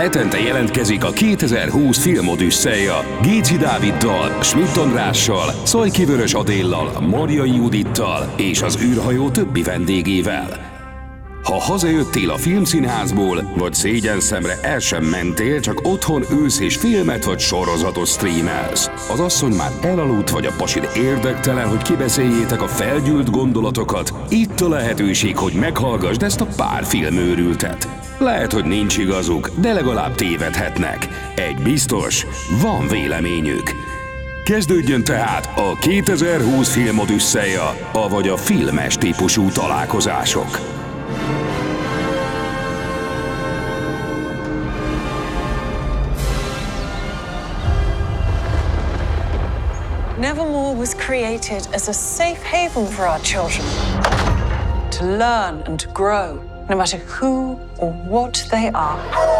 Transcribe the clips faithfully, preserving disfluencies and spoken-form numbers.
Hetente jelentkezik a kétezer-húsz filmodüsszeja Géczi Dáviddal, Schmidt Andrással, Szajki Vörös Adéllal, Marjai Judittal és az űrhajó többi vendégével. Ha hazajöttél a filmszínházból, vagy szégyenszemre el sem mentél, csak otthon ülsz és filmet vagy sorozatot streamelsz. Az asszony már elaludt, vagy a pasid érdektelen, hogy kibeszéljétek a felgyűlt gondolatokat. Itt a lehetőség, hogy meghallgassd ezt a pár filmőrültet. Lehet, hogy nincs igazuk, de legalább tévedhetnek. Egy biztos, van véleményük. Kezdődjön tehát a kétezer-húsz filmodüsszeja, avagy a filmes típusú találkozások. Nevermore was created as a safe haven for our children to learn and to grow, no matter who or what they are.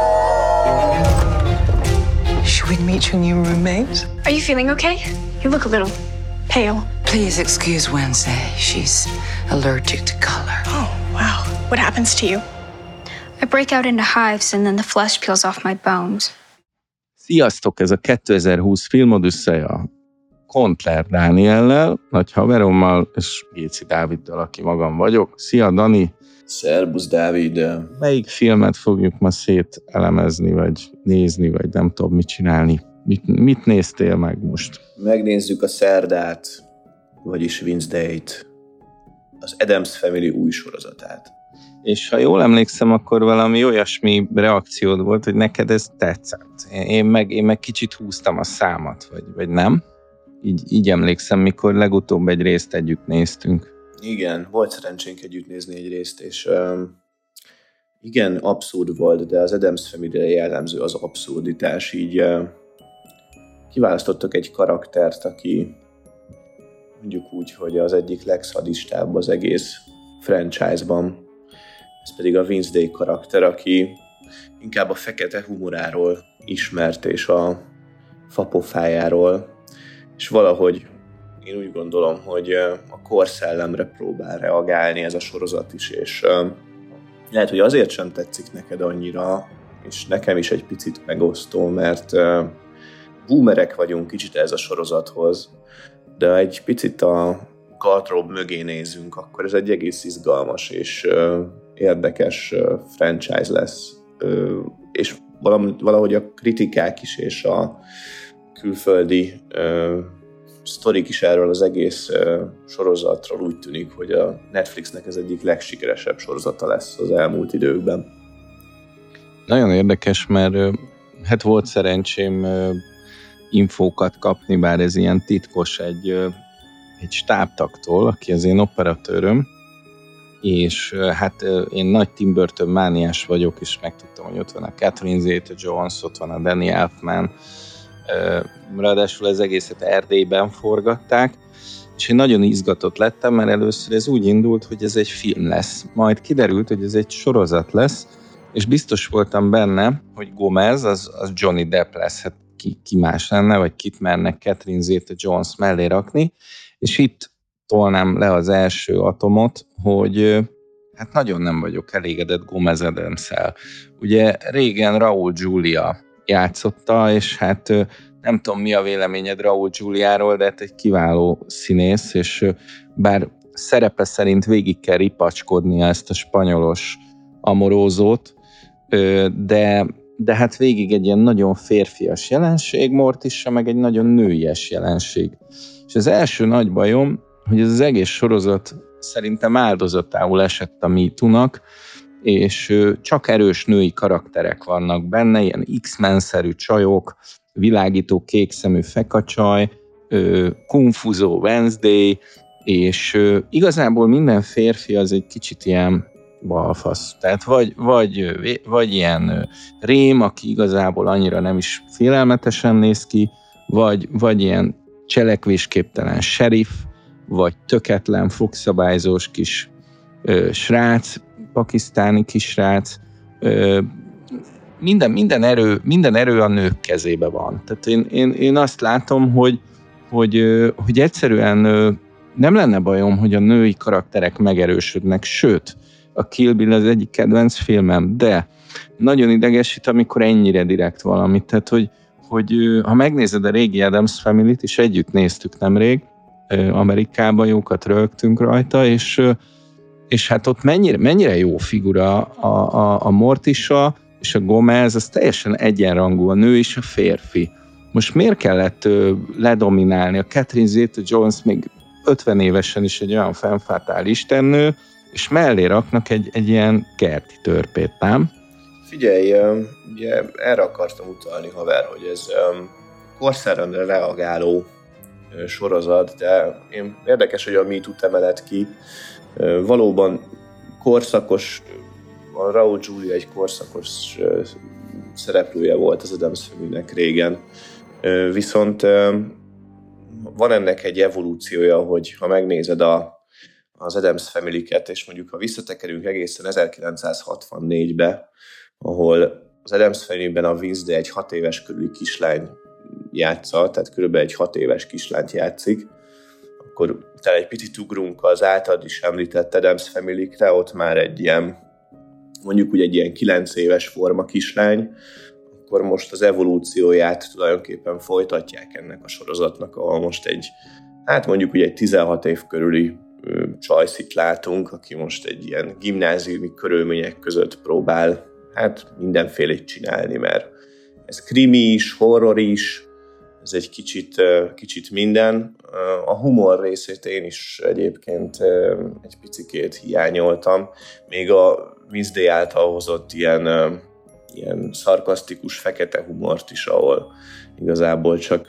Should we meet your new roommate? Are you feeling okay? You look a little pale. Please excuse Wednesday. She's allergic to color. Oh, wow. What happens to you? I break out into hives and then the flesh peels off my bones. Sziasztok! Ez a kétezer-húsz filmodüsszeja. Kontler Dániellel, nagy haverommal, és Géczi Dáviddal, aki magam vagyok. Szia, Dani! Szerbusz, Dávid! Melyik filmet fogjuk ma szételemezni, vagy nézni, vagy nem tudom, mit csinálni? Mit, mit néztél meg most? Megnézzük a Szerdát, vagyis Wednesday-t, az Addams Family új sorozatát. És ha jól emlékszem, akkor valami olyasmi reakciód volt, hogy neked ez tetszett. Én meg, én meg kicsit húztam a számat, vagy, vagy nem? Így, így emlékszem, mikor legutóbb egy részt együtt néztünk. Igen, volt szerencsénk együtt nézni egy részt, és um, igen, abszurd volt, de az Addams Family-re jellemző az abszurditás, így uh, kiválasztottak egy karaktert, aki mondjuk úgy, hogy az egyik legszadistább az egész franchise-ban. Ez pedig a Wednesday karakter, aki inkább a fekete humoráról ismert, és a fapofájáról, és valahogy én úgy gondolom, hogy a korszellemre próbál reagálni ez a sorozat is, és lehet, hogy azért sem tetszik neked annyira, és nekem is egy picit megosztó, mert boomerek vagyunk kicsit ez a sorozathoz, de egy picit a gardrób mögé nézünk, akkor ez egy egész izgalmas és érdekes franchise lesz, és valahogy a kritikák is, és a külföldi uh, sztorik is erről az egész uh, sorozatról úgy tűnik, hogy a Netflixnek ez egyik legsikeresebb sorozata lesz az elmúlt időkben. Nagyon érdekes, mert uh, hát volt szerencsém uh, infókat kapni, bár ez ilyen titkos egy, uh, egy stábtagtól, aki az én operatőröm, és uh, hát uh, én nagy Tim Burton mániás vagyok, és megtudtam, hogy ott van a Catherine Zeta-Jones, ott van a Danny Elfman, ráadásul az egészet Erdélyben forgatták, és én nagyon izgatott lettem, mert először ez úgy indult, hogy ez egy film lesz. Majd kiderült, hogy ez egy sorozat lesz, és biztos voltam benne, hogy Gomez, az, az Johnny Depp lesz, hát ki, ki más lenne, vagy kit mernek Catherine Zeta-Jones mellé rakni, és itt tolnám le az első atomot, hogy hát nagyon nem vagyok elégedett Gomez Adams-szel. Ugye régen Raúl Julia játszotta, és hát nem tudom, mi a véleményed Raúl Juliáról, de hát egy kiváló színész, és bár szerepe szerint végig kell ripacskodnia ezt a spanyolos amorózót, de, de hát végig egy ilyen nagyon férfias jelenség, Mortisa meg egy nagyon nőies jelenség. És az első nagy bajom, hogy ez az egész sorozat szerintem áldozatául esett a MeToo-nak, és csak erős női karakterek vannak benne, ilyen X-Men-szerű csajok, világító kékszemű fekacsaj, kungfuzó Wednesday, és igazából minden férfi az egy kicsit ilyen balfasz. Tehát vagy, vagy, vagy ilyen rém, aki igazából annyira nem is félelmetesen néz ki, vagy, vagy ilyen cselekvésképtelen sheriff, vagy töketlen, fogszabályzós kis ö, srác, pakisztáni kisrác, ö, minden, minden, erő, minden erő a nők kezébe van. Tehát én, én, én azt látom, hogy, hogy, ö, hogy egyszerűen ö, nem lenne bajom, hogy a női karakterek megerősödnek, sőt, a Kill Bill az egyik kedvenc filmem, de nagyon idegesít, amikor ennyire direkt valamit. Tehát, hogy, hogy ha megnézed a régi Addams Family-t, és együtt néztük nemrég, Amerikában jókat rögtünk rajta, és, és hát ott mennyire, mennyire jó figura a, a, a Morticia és a Gomez, az teljesen egyenrangú, a nő és a férfi. Most miért kellett ledominálni? A Catherine Zeta-Jones még ötven évesen is egy olyan fennfátál istennő, és mellé raknak egy, egy ilyen kerti törpét, nem? Figyelj, ugye erre akartam utalni, haver, hogy ez korszerűen reagáló sorozat, de én érdekes, hogy a MeToo-t emelet ki. Valóban korszakos, a Raúl Julia egy korszakos szereplője volt az Addams Family-nek régen. Viszont van ennek egy evolúciója, hogy ha megnézed a, az Addams Family-ket, és mondjuk ha visszatekerünk egészen ezerkilencszázhatvannégybe, ahol az Addams Family-ben a Wednesday egy hat éves körüli kislány játsza, tehát körülbelül egy hat éves kislányt játszik, akkor utána egy picit ugrunk az általad is említett Addams Family-kre, ott már egy ilyen, mondjuk úgy egy ilyen kilenc éves forma kislány, akkor most az evolúcióját tulajdonképpen folytatják ennek a sorozatnak, ahol most egy, hát mondjuk ugye egy tizenhat év körüli csajszit látunk, aki most egy ilyen gimnáziumi körülmények között próbál hát mindenfélét csinálni, mert ez krimi is, horror is, ez egy kicsit, kicsit minden. A humor részét én is egyébként egy picikét hiányoltam, még a Wednesday által hozott ilyen, ilyen szarkasztikus, fekete humort is, ahol igazából csak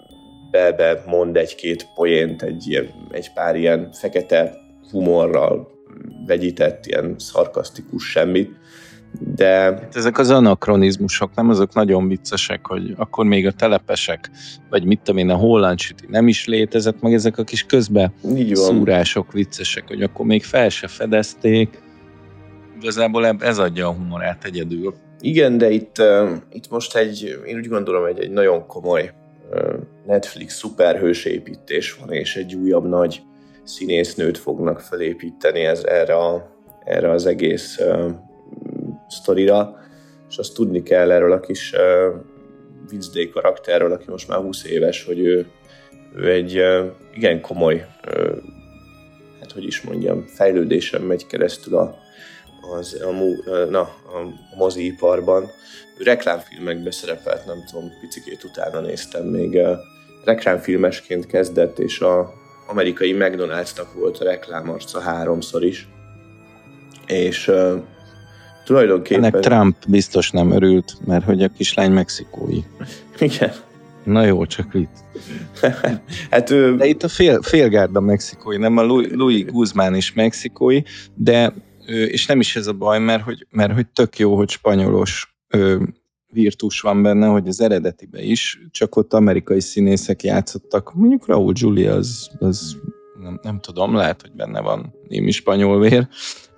be-be mond egy-két poént, egy, ilyen, egy pár ilyen fekete humorral vegyített, ilyen szarkasztikus semmit. De... Ezek az anakronizmusok, nem azok nagyon viccesek, hogy akkor még a telepesek, vagy mit tudom én, a holland süti nem is létezett, meg ezek a kis közbe szúrások viccesek, hogy akkor még fel se fedezték. Igazából ez adja a humorát egyedül. Igen, de itt, uh, itt most egy, én úgy gondolom, egy, egy nagyon komoly uh, Netflix szuperhős építés van, és egy újabb nagy színésznőt fognak felépíteni ez, erre, a, erre az egész uh, sztorira, és azt tudni kell erről a kis uh, Wednesday karakterről, aki most már húsz éves, hogy ő, ő egy uh, igen komoly, uh, hát hogy is mondjam, fejlődésen megy keresztül a, az, a, uh, na, a moziiparban. Ő reklámfilmekbe szerepelt, nem tudom, picikét utána néztem még. Uh, reklámfilmesként kezdett, és az amerikai McDonald'snak volt a reklámarca háromszor is. És uh, tulajdonképpen... Ennek Trump biztos nem örült, mert hogy a kislány mexikói. Igen. Na jó, csak itt. hát, ő... De itt a fél, félgárda mexikói, nem a Louis, Louis Guzmán is mexikói, de és nem is ez a baj, mert hogy, mert hogy tök jó, hogy spanyolos ö, virtus van benne, hogy az eredetiben is, csak ott amerikai színészek játszottak. Mondjuk Raúl Julia, az, az nem, nem tudom, lehet, hogy benne van némi spanyol vér,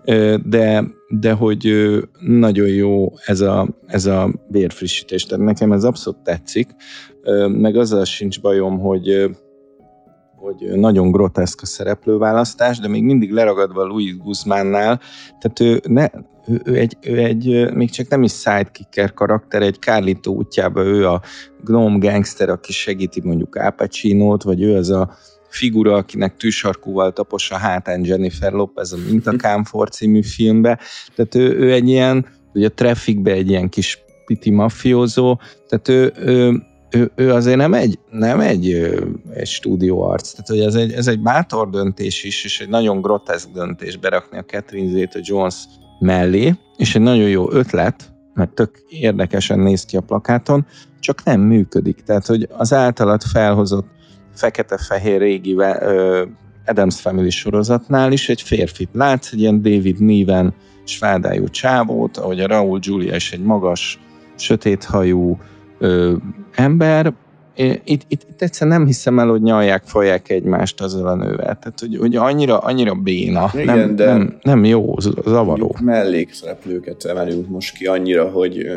de, de hogy nagyon jó ez a, ez a vérfrissítés. Tehát nekem ez abszolút tetszik, meg azzal sincs bajom, hogy, hogy nagyon groteszk a szereplőválasztás, de még mindig leragadva Louis Guzmánnál, tehát ő, ne, ő, ő, egy, ő egy, még csak nem is sidekicker karakter, egy Carlito útjában ő a gnome gangster, aki segíti mondjuk Al Pacinót, vagy ő az a figura, akinek tűsarkúval tapos a hátán Jennifer Lopez a Mint a Kámfor című filmbe. Tehát ő, ő egy ilyen, ugye a Trafficbe egy ilyen kis piti mafiózó, tehát ő, ő, ő, ő azért nem egy, nem egy, egy stúdióarc, tehát hogy ez egy, ez egy bátor döntés is, és egy nagyon groteszk döntés berakni a Catherine Zeta-Jones mellé, és egy nagyon jó ötlet, mert tök érdekesen néz ki a plakáton, csak nem működik. Tehát, hogy az általad felhozott fekete-fehér régi uh, Addams Family sorozatnál is egy férfit látsz, egy ilyen David Niven svádájú csávót, ahogy a Raúl Julia is egy magas, sötéthajú uh, ember. Itt, itt, itt egyszerűen nem hiszem el, hogy nyalják, folyják egymást azzal a nővel. Tehát, hogy, hogy annyira, annyira béna. Igen, nem, de nem, nem jó, zavaró. Mellékszereplőket emelünk most ki annyira, hogy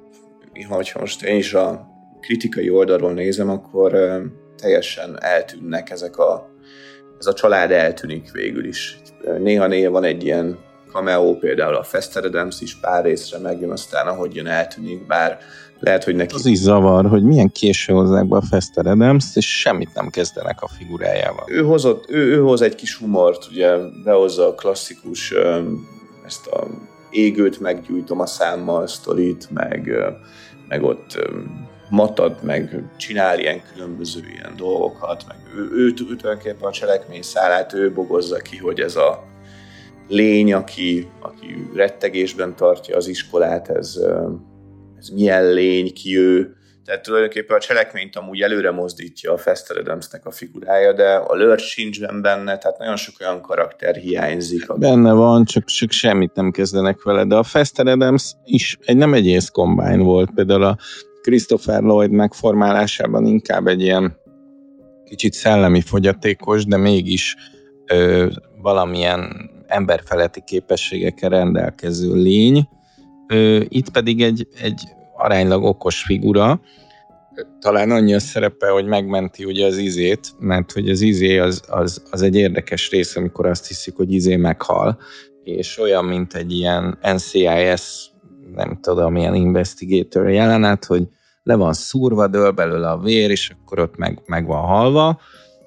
ha most én is a kritikai oldalról nézem, akkor teljesen eltűnnek ezek a, ez a család eltűnik végül is. Néha-néha van egy ilyen cameo, például a Fester Adams is pár részre megjön, aztán ahogy jön eltűnik, bár lehet, hogy neki... Az is zavar, hogy milyen késő hozzák be a Fester Adams-t, és semmit nem kezdenek a figurájával. Ő, hozott, ő, ő hoz egy kis humort, ugye behozza a klasszikus ezt a égőt meggyújtom a számmal sztorit, meg, meg ott matad, meg csinál ilyen különböző ilyen dolgokat, meg ő, ő, ő tulajdonképpen a cselekmény szálát ő bogozza ki, hogy ez a lény, aki, aki rettegésben tartja az iskolát, ez, ez milyen lény, ki ő. Tehát tulajdonképpen a cselekményt amúgy előre mozdítja a Fester Adamsnek a figurája, de a Lurch sincsen benne, tehát nagyon sok olyan karakter hiányzik. Benne van, csak, csak semmit nem kezdenek vele, de a Fester Adams is egy, nem egy Ace Combine volt, például a Christopher Lloyd megformálásában inkább egy ilyen kicsit szellemi fogyatékos, de mégis ö, valamilyen emberfeletti képességekkel rendelkező lény. Ö, itt pedig egy, egy aránylag okos figura, talán annyi a szerepe, hogy megmenti ugye az Izét, mert hogy az Izé az, az, az egy érdekes rész, amikor azt hiszik, hogy Izé meghal, és olyan, mint egy ilyen en cé i es, nem tudom, ilyen investigator jelenet, hogy le van szúrva, dől belőle a vér, és akkor ott meg, meg van halva,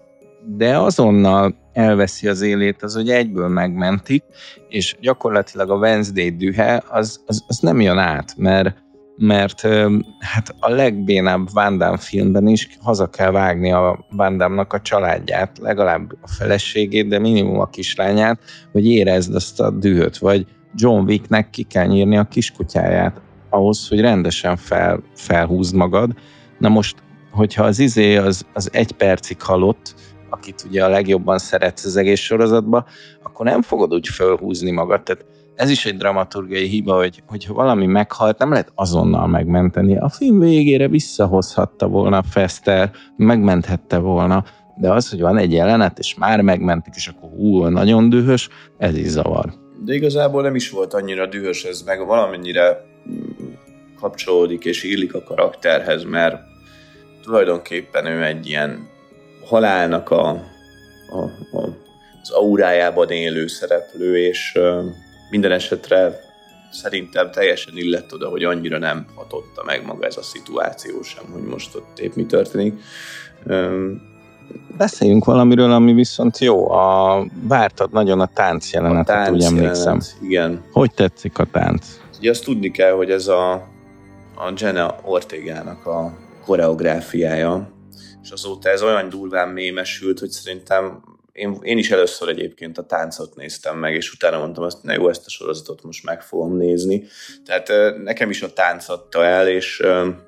de azonnal elveszi az élét, az, hogy egyből megmentik, és gyakorlatilag a Wednesday dühe, az, az, az nem jön át, mert, mert hát a legbénább Van Damme filmben is haza kell vágni a Van Damme-nak a családját, legalább a feleségét, de minimum a kislányát, hogy érezd azt a dühöt, vagy John Wicknek ki kell nyírni a kiskutyáját ahhoz, hogy rendesen fel, felhúzd magad. Na most, hogyha az Izé az, az egy percig halott, akit ugye a legjobban szeretsz az egész sorozatban, akkor nem fogod úgy felhúzni magad. Tehát ez is egy dramaturgiai hiba, hogy, hogyha valami meghalt, nem lehet azonnal megmenteni. A film végére visszahozhatta volna Fester, megmenthette volna, de az, hogy van egy jelenet, és már megmentik, és akkor hú, nagyon dühös, ez is zavar. De igazából nem is volt annyira dühös, ez meg valamennyire kapcsolódik és illik a karakterhez, mert tulajdonképpen ő egy ilyen halálnak a, a, a, az aurájában élő szereplő, és uh, minden esetre szerintem teljesen illett oda, hogy annyira nem hatotta meg maga ez a szituáció sem, hogy most ott épp mi történik. Um, Beszéljünk valamiről, ami viszont jó. A, vártad nagyon a tánc jelenetet, a tánc úgy emlékszem. Jelenet, igen. Hogy tetszik a tánc? Ugye azt tudni kell, hogy ez a, a Jenna Ortegának a koreográfiája, és azóta ez olyan durván mémesült, hogy szerintem én, én is először egyébként a táncot néztem meg, és utána mondtam azt, na jó, ezt a sorozatot most meg fogom nézni. Tehát nekem is a tánc adta el, és,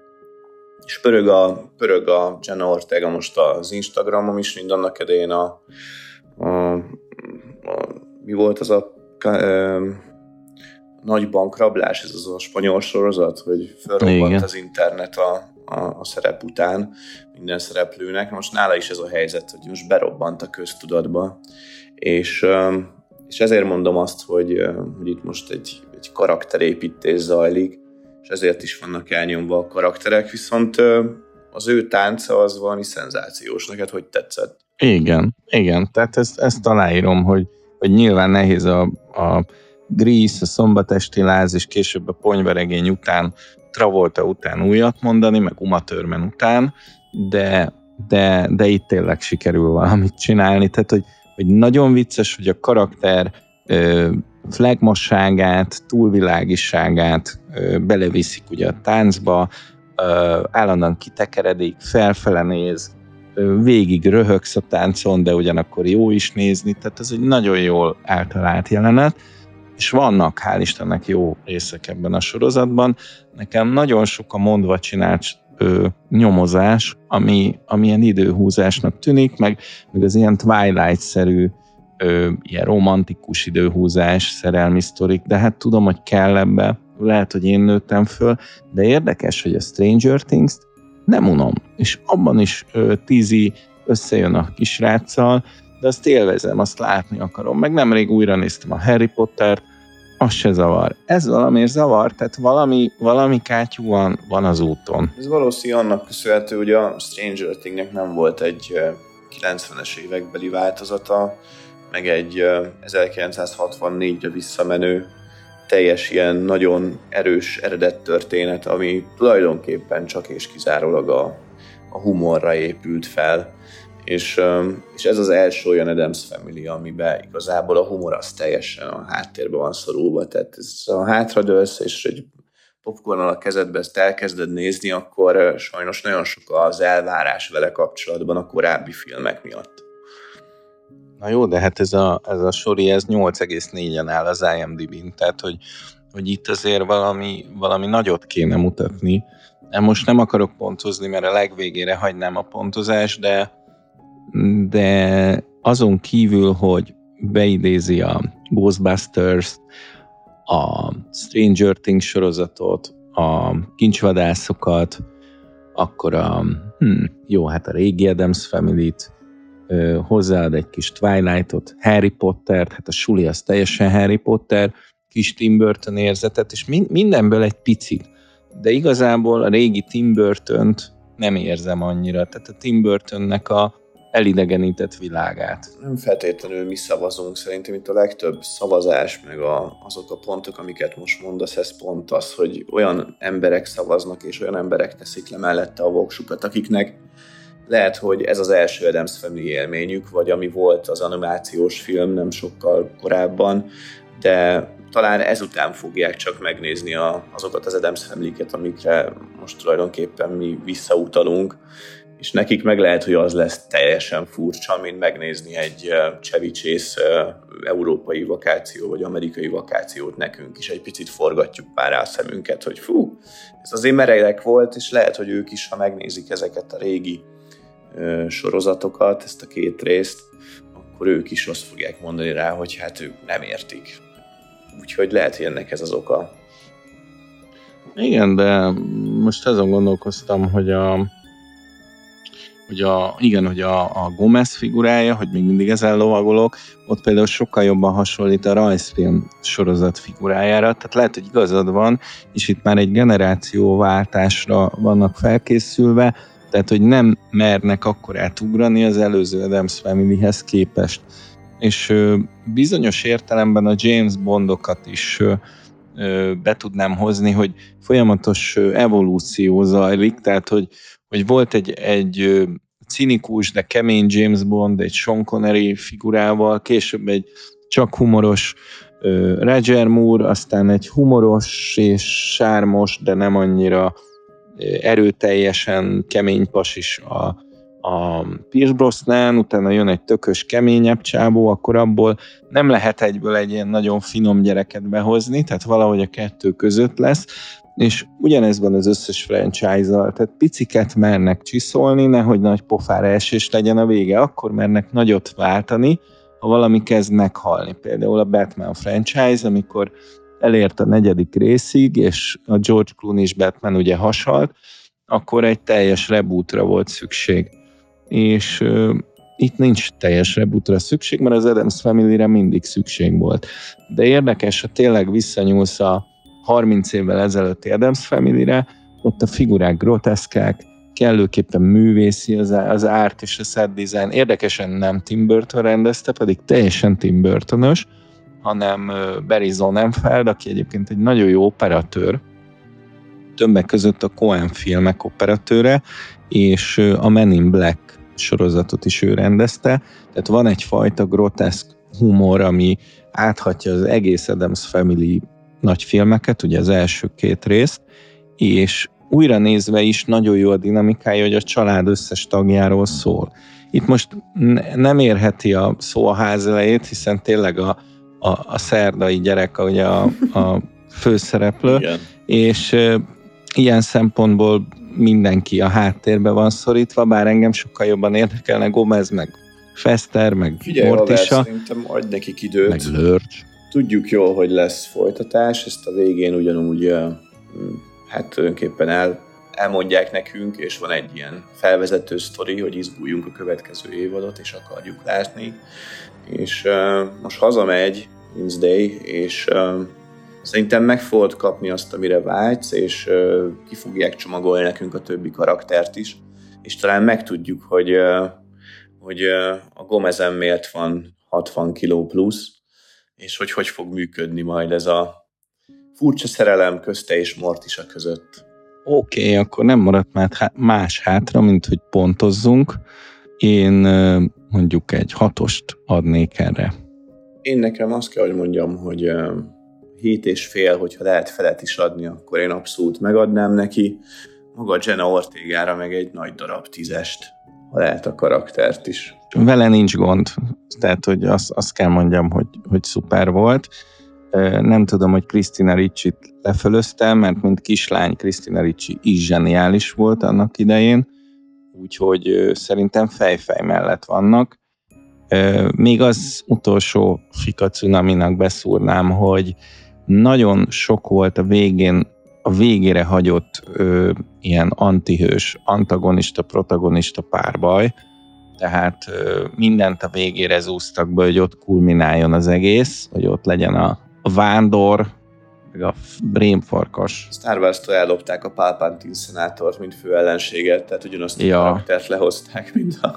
és pörög, a, pörög a Jenna Ortega most az Instagramom is, mind annak idején a, a, a mi volt az a, a, a nagy bankrablás, ez az a spanyol sorozat, hogy felrobbant az internet a A, a szerep után minden szereplőnek. Most nála is ez a helyzet, hogy most berobbant a köztudatba, és, és ezért mondom azt, hogy, hogy itt most egy, egy karakterépítés zajlik, és ezért is vannak elnyomva a karakterek, viszont az ő tánca az valami szenzációs. Neked hogy tetszett? Igen, igen. Tehát ezt, ezt aláírom, hogy, hogy nyilván nehéz a, a Grease, a Szombatesti láz, és később a Ponyveregény után, Travolta után újat mondani, meg Uma Thurman után, de, de, de itt tényleg sikerül valamit csinálni. Tehát, hogy, hogy nagyon vicces, hogy a karakter ö, flagmasságát, túlvilágiságát ö, beleviszik ugye a táncba, ö, állandóan kitekeredik, felfele néz, ö, végig röhögsz a táncon, de ugyanakkor jó is nézni, tehát ez egy nagyon jól általált jelenet, és vannak, hál' Istennek, jó részek ebben a sorozatban. Nekem nagyon sok a mondva csinált ö, nyomozás, ami, ami ilyen időhúzásnak tűnik, meg, meg az ilyen Twilight-szerű, ö, ilyen romantikus időhúzás, szerelmi sztorik, de hát tudom, hogy kell ebbe, lehet, hogy én nőttem föl, de érdekes, hogy a Stranger Things-t nem unom, és abban is ö, Tizi összejön a kisráccal, de azt élvezem, azt látni akarom. Meg nemrég újra néztem a Harry Pottert, az se zavar. Ez valamiért zavar, tehát valami, valami kátyú van, van az úton. Ez valószínűleg annak köszönhető, hogy a Stranger Things-nek nem volt egy kilencvenes évekbeli változata. meg egy ezerkilencszázhatvannégyre visszamenő, teljes ilyen nagyon erős eredet történet, ami tulajdonképpen csak és kizárólag a, a humorra épült fel. És, és ez az első olyan Addams Family, amiben igazából a humor az teljesen a háttérbe van szorulva. Tehát ez, ha hátradőlsz, és egy popcornnal a kezedbe ezt elkezded nézni, akkor sajnos nagyon sok az elvárás vele kapcsolatban a korábbi filmek miatt. Na jó, de hát ez a, ez a sori, ez nyolc egész négyen áll az I M D B-n, tehát hogy, hogy itt azért valami, valami nagyot kéne mutatni. Most nem akarok pontozni, mert a legvégére hagynám a pontozást, de, de azon kívül, hogy beidézi a Ghostbusters, a Stranger Things sorozatot, a kincsvadászokat, akkor a, hm, jó, hát a régi Addams Family-t, hozzáad egy kis Twilightot, Harry Pottert, hát a suli az teljesen Harry Potter, kis Tim Burton érzetet, és min- mindenből egy picit. De igazából a régi Tim Burtont nem érzem annyira, tehát a Tim Burtonnek a elidegenített világát. Nem feltétlenül mi szavazunk, szerintem itt a legtöbb szavazás, meg a, azok a pontok, amiket most mondasz, ez pont az, hogy olyan emberek szavaznak, és olyan emberek teszik le mellette a voksukat, akiknek lehet, hogy ez az első Addams Family élményük, vagy ami volt az animációs film nem sokkal korábban, de talán ezután fogják csak megnézni a, azokat az Addams Family-ket, amikre most tulajdonképpen mi visszautalunk, és nekik meg lehet, hogy az lesz teljesen furcsa, mint megnézni egy Chevy Chase európai vakáció, vagy amerikai vakációt nekünk is. Egy picit forgatjuk már rá a szemünket, hogy fú, ez azért meredek volt, és lehet, hogy ők is, ha megnézik ezeket a régi sorozatokat, ezt a két részt, akkor ők is azt fogják mondani rá, hogy hát ők nem értik. Úgyhogy lehet, hogy ennek ez az oka. Igen, de most azon gondolkoztam, hogy a, hogy a igen, hogy a, a Gomez figurája, hogy még mindig ezen lovagolok, ott például sokkal jobban hasonlít a rajzfilm sorozat figurájára, tehát lehet, hogy igazad van, és itt már egy generációváltásra vannak felkészülve, tehát, hogy nem mernek akkor átugrani az előző Addams Familyhez képest. És ö, bizonyos értelemben a James Bondokat is ö, ö, be tudnám hozni, hogy folyamatos ö, evolúció zajlik, tehát, hogy, hogy volt egy, egy ö, cinikus, de kemény James Bond, egy Sean Connery figurával, később egy csak humoros ö, Roger Moore, aztán egy humoros és sármos, de nem annyira erőteljesen kemény pasis a, a Pierce Brosnan, utána jön egy tökös, keményebb csábó, akkor abból nem lehet egyből egy ilyen nagyon finom gyereket behozni, tehát valahogy a kettő között lesz, és ugyanez van az összes franchise-al, tehát piciket mernek csiszolni, nehogy nagy pofára esés legyen a vége, akkor mernek nagyot váltani, ha valami kezd meghalni. Például a Batman franchise, amikor elért a negyedik részig, és a George Clooney-s Batman ugye hasalt, akkor egy teljes rebootra volt szükség. És uh, itt nincs teljes rebootra szükség, mert az Addams Family-re mindig szükség volt. De érdekes, ha tényleg visszanyúlsz a harminc évvel ezelőtti Addams Family-re, ott a figurák groteszkák, kellőképpen művészi az, az art és a set design. Érdekesen nem Tim Burton rendezte, pedig teljesen Tim Burtonos, hanem Barry Sonnenfeld, aki egyébként egy nagyon jó operatőr, többek között a Coen filmek operatőre, és a Men in Black sorozatot is ő rendezte, tehát van egyfajta groteszk humor, ami áthatja az egész Addams Family nagy filmeket, ugye az első két részt, és újra nézve is nagyon jó a dinamikája, hogy a család összes tagjáról szól. Itt most nem érheti a szó a ház elejét, hiszen tényleg a A, a szerdai gyerek, ugye a, a főszereplő, igen. És e, ilyen szempontból mindenki a háttérbe van szorítva, bár engem sokkal jobban érdekelne Gomez, meg Fester, meg Figyelj, Morticia. Figyelj, szerintem adj nekik időt. Meg Lurch. Tudjuk jól, hogy lesz folytatás, ezt a végén ugyanúgy hát tulajdonképpen el, elmondják nekünk, és van egy ilyen felvezető sztori, hogy izguljunk a következő évadot, és akarjuk látni. És uh, most hazamegy Wednesday, és uh, szerintem meg fogod kapni azt, amire vágysz, és uh, ki fogják csomagolni nekünk a többi karaktert is, és talán megtudjuk, hogy, uh, hogy uh, a Gomezen miért van hatvan kiló plusz, és hogy hogy fog működni majd ez a furcsa szerelem közte és Mortisa között. Oké, okay, akkor nem maradt már más hátra, mint hogy pontozzunk. Én mondjuk egy hatost adnék erre. Én nekem azt kell, hogy mondjam, hogy hét és fél, hogyha lehet felet is adni, akkor én abszolút megadnám neki. Maga Jenna Ortegára meg egy nagy darab tízest, ha lehet a karaktert is. Vele nincs gond, tehát hogy azt, azt kell mondjam, hogy, hogy szuper volt. Nem tudom, hogy Christina Ricci-t lefölöztem, mert mint kislány Christina Ricci is zseniális volt annak idején, úgyhogy szerintem fejfej mellett vannak. Még az utolsó Fika Cunaminak beszúrnám, hogy nagyon sok volt a végén, a végére hagyott ö, ilyen antihős, antagonista, protagonista párbaj, tehát ö, mindent a végére zúztak be, hogy ott kulmináljon az egész, hogy ott legyen a, a vándor, meg a rémfarkas. Star Wars-tól ellopták a Palpatine szenátort, mint fő ellenséget, tehát ugyanazt a ja. karaktert lehozták, mint a,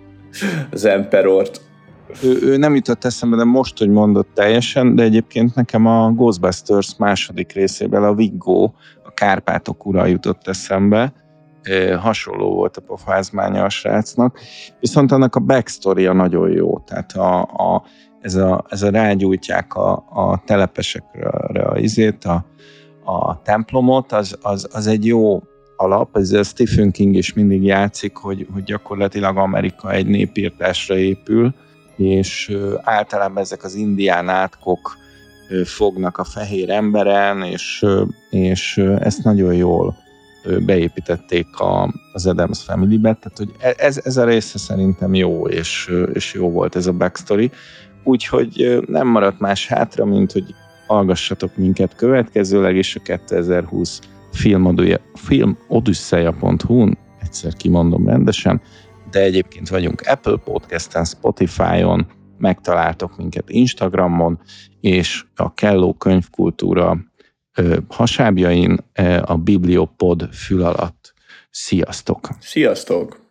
az Emperort. Ő, ő nem jutott eszembe, de most, hogy mondott teljesen, de egyébként nekem a Ghostbusters második részében a Viggo, a Kárpátok ura jutott eszembe. E, hasonló volt a pofázmánya a srácnak. Viszont annak a backstory-a nagyon jó. Tehát a, a, ez, a, ez a rágyújtják a, a telepesekre a izét, a, a templomot, az, az, az egy jó alap. Ez a Stephen King is mindig játszik, hogy, hogy gyakorlatilag Amerika egy népírtásra épül, és általában ezek az indián átkok fognak a fehér emberen, és, és ezt nagyon jól beépítették a, az Addams Family-be, tehát hogy ez, ez a része szerintem jó, és, és jó volt ez a backstory, úgyhogy nem maradt más hátra, mint hogy hallgassatok minket következőleg, és a kétezer-húsz filmodüsszeja pont hu-n, egyszer kimondom rendesen, de egyébként vagyunk Apple Podcasten, Spotify-on, megtaláltok minket Instagramon, és a Kelló Könyvkultúra ö, hasábjain, ö, a Bibliopod fül alatt. Sziasztok! Sziasztok!